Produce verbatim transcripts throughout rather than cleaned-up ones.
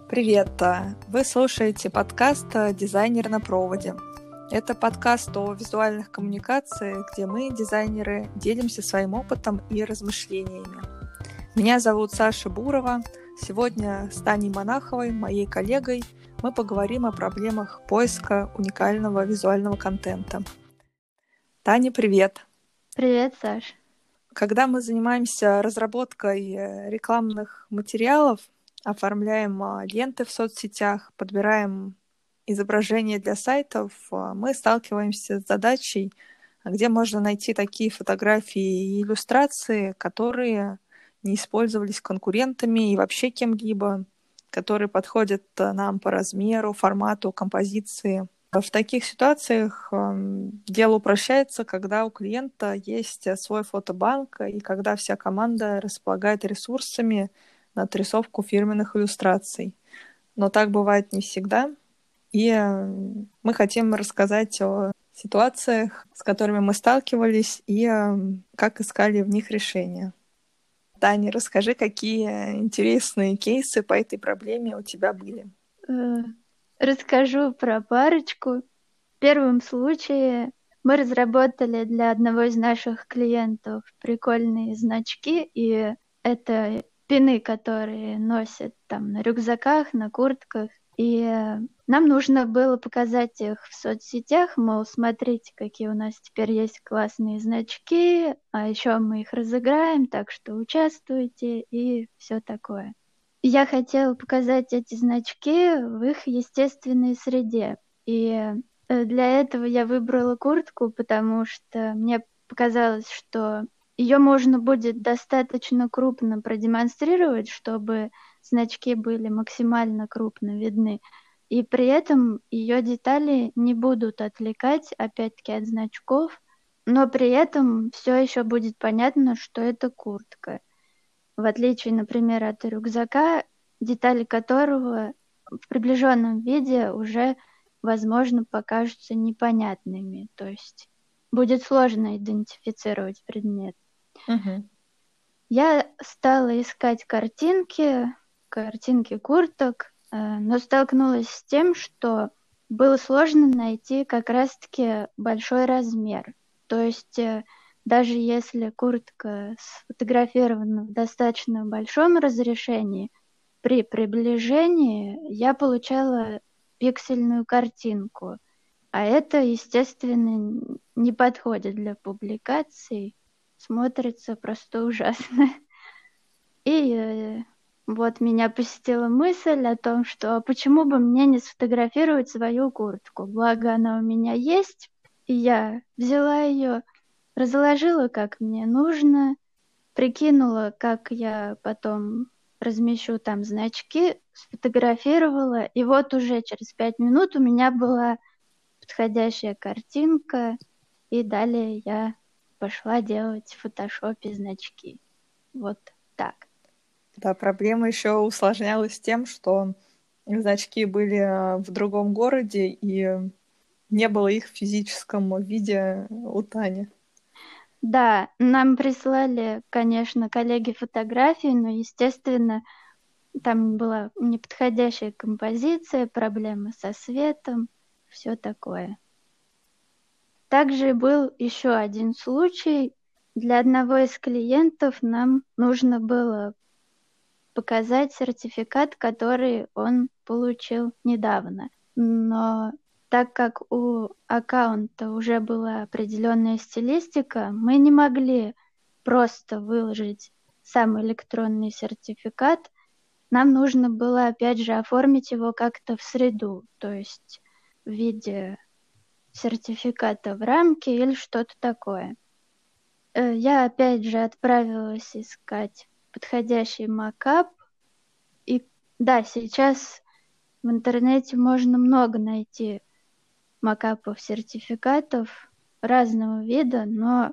Привет! Вы слушаете подкаст «Дизайнер на проводе». Это подкаст о визуальных коммуникациях, где мы, дизайнеры, делимся своим опытом и размышлениями. Меня зовут Саша Бурова. Сегодня с Таней Монаховой, моей коллегой, мы поговорим о проблемах поиска уникального визуального контента. Таня, привет! Привет, Саш! Когда мы занимаемся разработкой рекламных материалов, оформляем ленты в соцсетях, подбираем изображения для сайтов, мы сталкиваемся с задачей, где можно найти такие фотографии и иллюстрации, которые не использовались конкурентами и вообще кем-либо, которые подходят нам по размеру, формату, композиции. В таких ситуациях дело упрощается, когда у клиента есть свой фотобанк и когда вся команда располагает ресурсами на отрисовку фирменных иллюстраций. Но так бывает не всегда. И мы хотим рассказать о ситуациях, с которыми мы сталкивались, и как искали в них решения. Таня, расскажи, какие интересные кейсы по этой проблеме у тебя были. Расскажу про парочку. В первом случае мы разработали для одного из наших клиентов прикольные значки, и это пины, которые носят там на рюкзаках, на куртках. И нам нужно было показать их в соцсетях, мол, смотрите, какие у нас теперь есть классные значки, а еще мы их разыграем, так что участвуйте и все такое. Я хотела показать эти значки в их естественной среде. И для этого я выбрала куртку, потому что мне показалось, что ее можно будет достаточно крупно продемонстрировать, чтобы значки были максимально крупно видны. И при этом ее детали не будут отвлекать, опять-таки, от значков, но при этом все еще будет понятно, что это куртка. В отличие, например, от рюкзака, детали которого в приближенном виде уже, возможно, покажутся непонятными. То есть будет сложно идентифицировать предмет. Угу. Я стала искать картинки, картинки курток, но столкнулась с тем, что было сложно найти как раз-таки большой размер. То есть даже если куртка сфотографирована в достаточно большом разрешении, при приближении я получала пиксельную картинку. А это, естественно, не подходит для публикаций, смотрится просто ужасно. И вот меня посетила мысль о том, что почему бы мне не сфотографировать свою куртку. Благо она у меня есть, и я взяла ее, разложила, как мне нужно, прикинула, как я потом размещу там значки, сфотографировала, и вот уже через пять минут у меня была подходящая картинка, и далее я пошла делать в фотошопе значки. Вот так. Да, проблема еще усложнялась тем, что значки были в другом городе, и не было их в физическом виде у Тани. Да, нам прислали, конечно, коллеги фотографии, но, естественно, там была неподходящая композиция, проблемы со светом, все такое. Также был еще один случай. Для одного из клиентов нам нужно было показать сертификат, который он получил недавно. Но так как у аккаунта уже была определенная стилистика, мы не могли просто выложить сам электронный сертификат. Нам нужно было, опять же, оформить его как-то в среду, то есть в виде сертификата в рамке или что-то такое. Я, опять же, отправилась искать подходящий макап. И да, сейчас в интернете можно много найти макапов сертификатов разного вида, но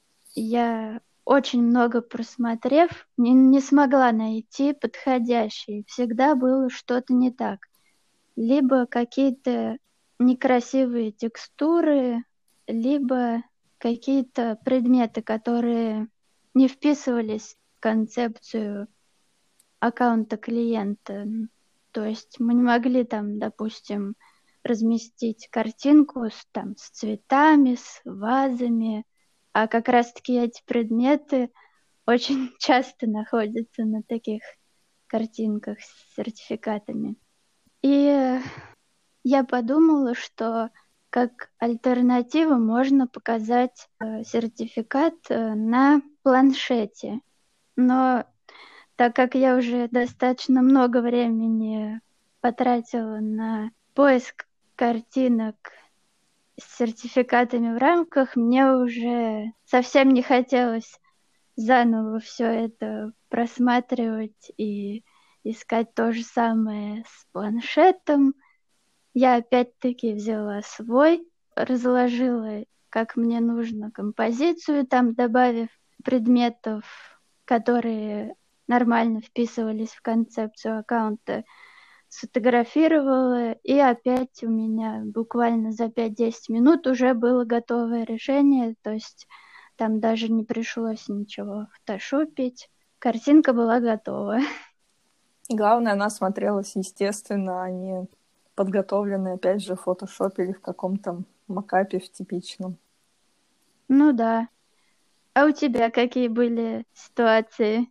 я очень много просмотрев, не, не смогла найти подходящий. Всегда было что-то не так. Либо какие-то некрасивые текстуры, либо какие-то предметы, которые не вписывались в концепцию аккаунта клиента. То есть мы не могли там, допустим, разместить картинку с, там, с цветами, с вазами, а как раз-таки эти предметы очень часто находятся на таких картинках с сертификатами. И я подумала, что как альтернативу можно показать э, сертификат э, на планшете. Но так как я уже достаточно много времени потратила на поиск картинок с сертификатами в рамках, мне уже совсем не хотелось заново все это просматривать и искать то же самое с планшетом. Я опять-таки взяла свой, разложила, как мне нужно, композицию, там добавив предметов, которые нормально вписывались в концепцию аккаунта, сфотографировала, и опять у меня буквально за пять-десять минут уже было готовое решение, то есть там даже не пришлось ничего фотошопить, картинка была готова. Главное, она смотрелась естественно, а не подготовленная, опять же, в фотошопе или в каком-то макапе в типичном. Ну да. А у тебя какие были ситуации?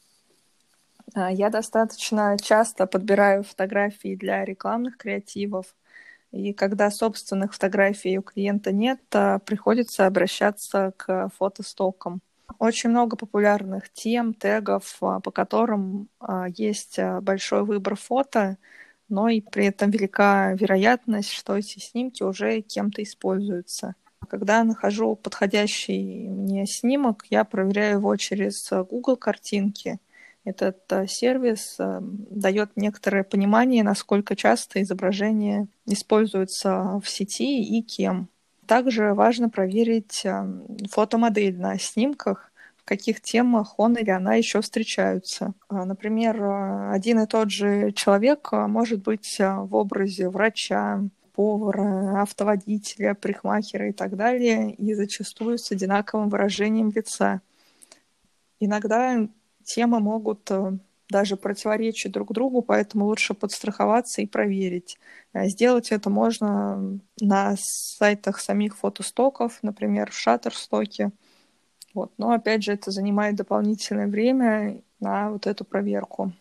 Я достаточно часто подбираю фотографии для рекламных креативов, и когда собственных фотографий у клиента нет, приходится обращаться к фотостокам. Очень много популярных тем, тегов, по которым есть большой выбор фото, но и при этом велика вероятность, что эти снимки уже кем-то используются. Когда нахожу подходящий мне снимок, я проверяю его через Google картинки. Этот сервис дает некоторое понимание, насколько часто изображение используется в сети и кем. Также важно проверить фотомодель на снимках, в каких темах он или она еще встречаются. Например, один и тот же человек может быть в образе врача, повара, автоводителя, парикмахера и так далее, и зачастую с одинаковым выражением лица. Иногда темы могут даже противоречить друг другу, поэтому лучше подстраховаться и проверить. Сделать это можно на сайтах самих фотостоков, например, в Shutterstock. Вот. Но опять же, это занимает дополнительное время на вот эту проверку.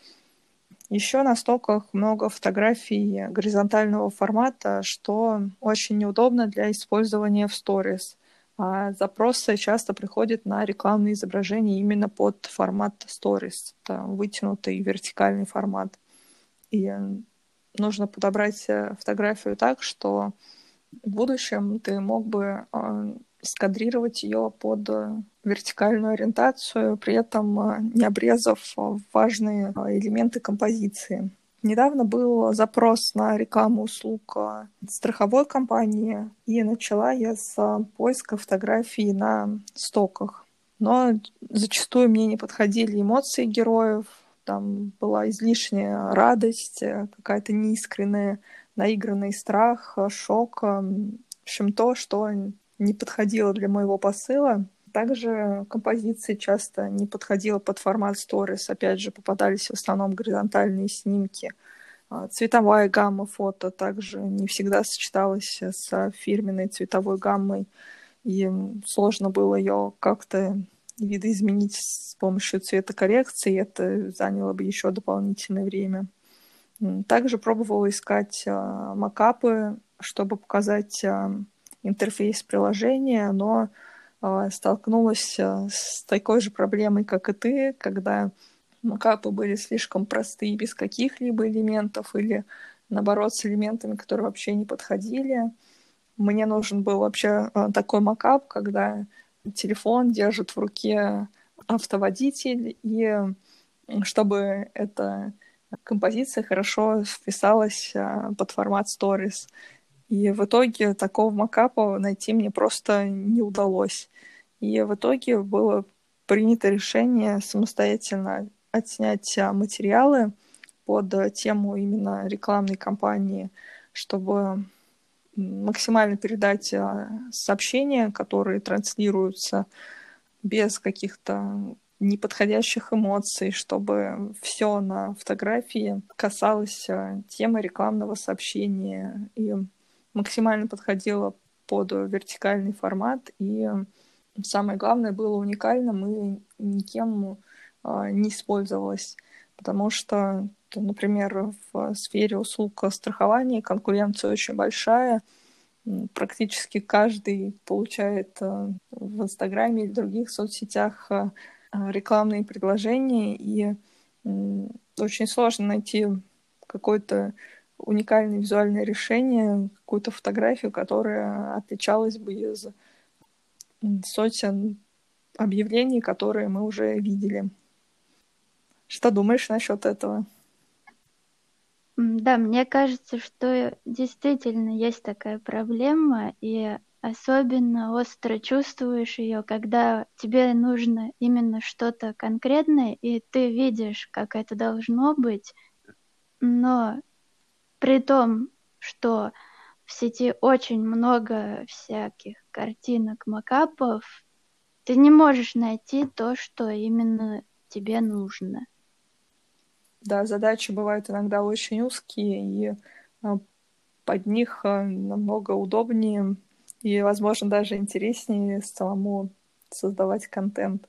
Еще на стоках много фотографий горизонтального формата, что очень неудобно для использования в сторис. А запросы часто приходят на рекламные изображения именно под формат сторис, это вытянутый вертикальный формат. И нужно подобрать фотографию так, что в будущем ты мог бы скадрировать ее под вертикальную ориентацию, при этом не обрезав важные элементы композиции. Недавно был запрос на рекламу услуг страховой компании, и начала я с поиска фотографий на стоках. Но зачастую мне не подходили эмоции героев, там была излишняя радость, какая-то неискренная, наигранный страх, шок. В общем, то, что не подходило для моего посыла. Также композиции часто не подходила под формат сторис. Опять же, попадались в основном горизонтальные снимки. Цветовая гамма фото также не всегда сочеталась с фирменной цветовой гаммой. И сложно было ее как-то видоизменить с помощью цветокоррекции. Это заняло бы еще дополнительное время. Также пробовала искать макапы, чтобы показать интерфейс приложения, но э, столкнулась э, с такой же проблемой, как и ты, когда макапы были слишком простые, без каких-либо элементов, или наоборот с элементами, которые вообще не подходили. Мне нужен был вообще э, такой макап, когда телефон держит в руке автоводитель, и чтобы эта композиция хорошо вписалась э, под формат Stories. И в итоге такого макапа найти мне просто не удалось. И в итоге было принято решение самостоятельно отснять материалы под тему именно рекламной кампании, чтобы максимально передать сообщения, которые транслируются без каких-то неподходящих эмоций, чтобы все на фотографии касалось темы рекламного сообщения и максимально подходило под вертикальный формат. И самое главное, было уникальным и никем не использовалось. Потому что, например, в сфере услуг страхования конкуренция очень большая. Практически каждый получает в Инстаграме или других соцсетях рекламные предложения, и очень сложно найти какое-то уникальное визуальное решение, какую-то фотографию, которая отличалась бы из сотен объявлений, которые мы уже видели. Что думаешь насчет этого? Да, мне кажется, что действительно есть такая проблема, и особенно остро чувствуешь ее, когда тебе нужно именно что-то конкретное, и ты видишь, как это должно быть, но при том, что в сети очень много всяких картинок, мокапов, ты не можешь найти то, что именно тебе нужно. Да, задачи бывают иногда очень узкие, и под них намного удобнее и, возможно, даже интереснее самому создавать контент.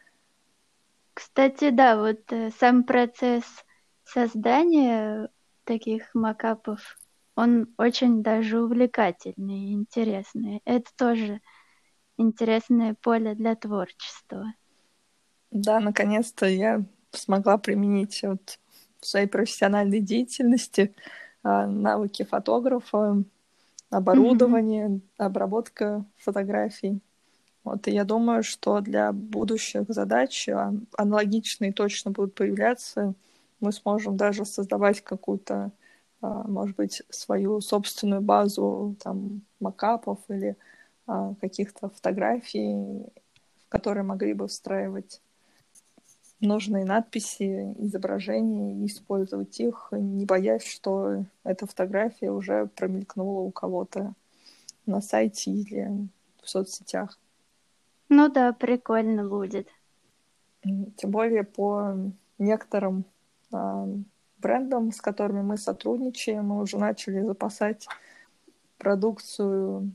Кстати, да, вот э, сам процесс создания таких мокапов, он очень даже увлекательный и интересный. Это тоже интересное поле для творчества. Да, наконец-то я смогла применить вот в своей профессиональной деятельности навыки фотографа, оборудование, mm-hmm. обработка фотографий. Вот, и я думаю, что для будущих задач аналогичные точно будут появляться. Мы сможем даже создавать какую-то, может быть, свою собственную базу там, мокапов или каких-то фотографий, в которые могли бы встраивать нужные надписи, изображения, и использовать их, не боясь, что эта фотография уже промелькнула у кого-то на сайте или в соцсетях. Ну да, прикольно будет. Тем более по некоторым а, брендам, с которыми мы сотрудничаем, мы уже начали запасать продукцию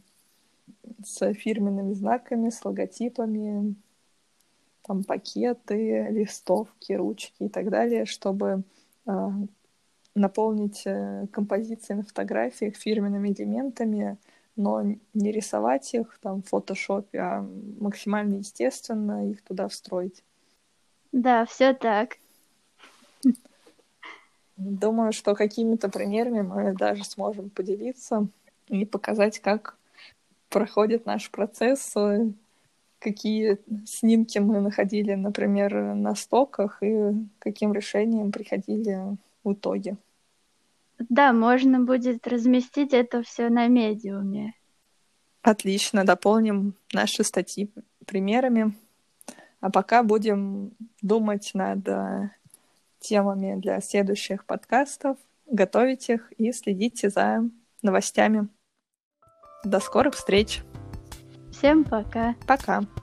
с фирменными знаками, с логотипами, там пакеты, листовки, ручки и так далее, чтобы а, наполнить композиции на фотографиях фирменными элементами, но не рисовать их там в фотошопе, а максимально естественно их туда встроить. Да, все так. Думаю, что какими-то примерами мы даже сможем поделиться и показать, как проходит наш процесс, какие снимки мы находили, например, на стоках, и каким решением приходили в итоге. Да, можно будет разместить это все на медиуме. Отлично, дополним наши статьи примерами. А пока будем думать над темами для следующих подкастов, готовить их и следите за новостями. До скорых встреч! Всем пока! Пока!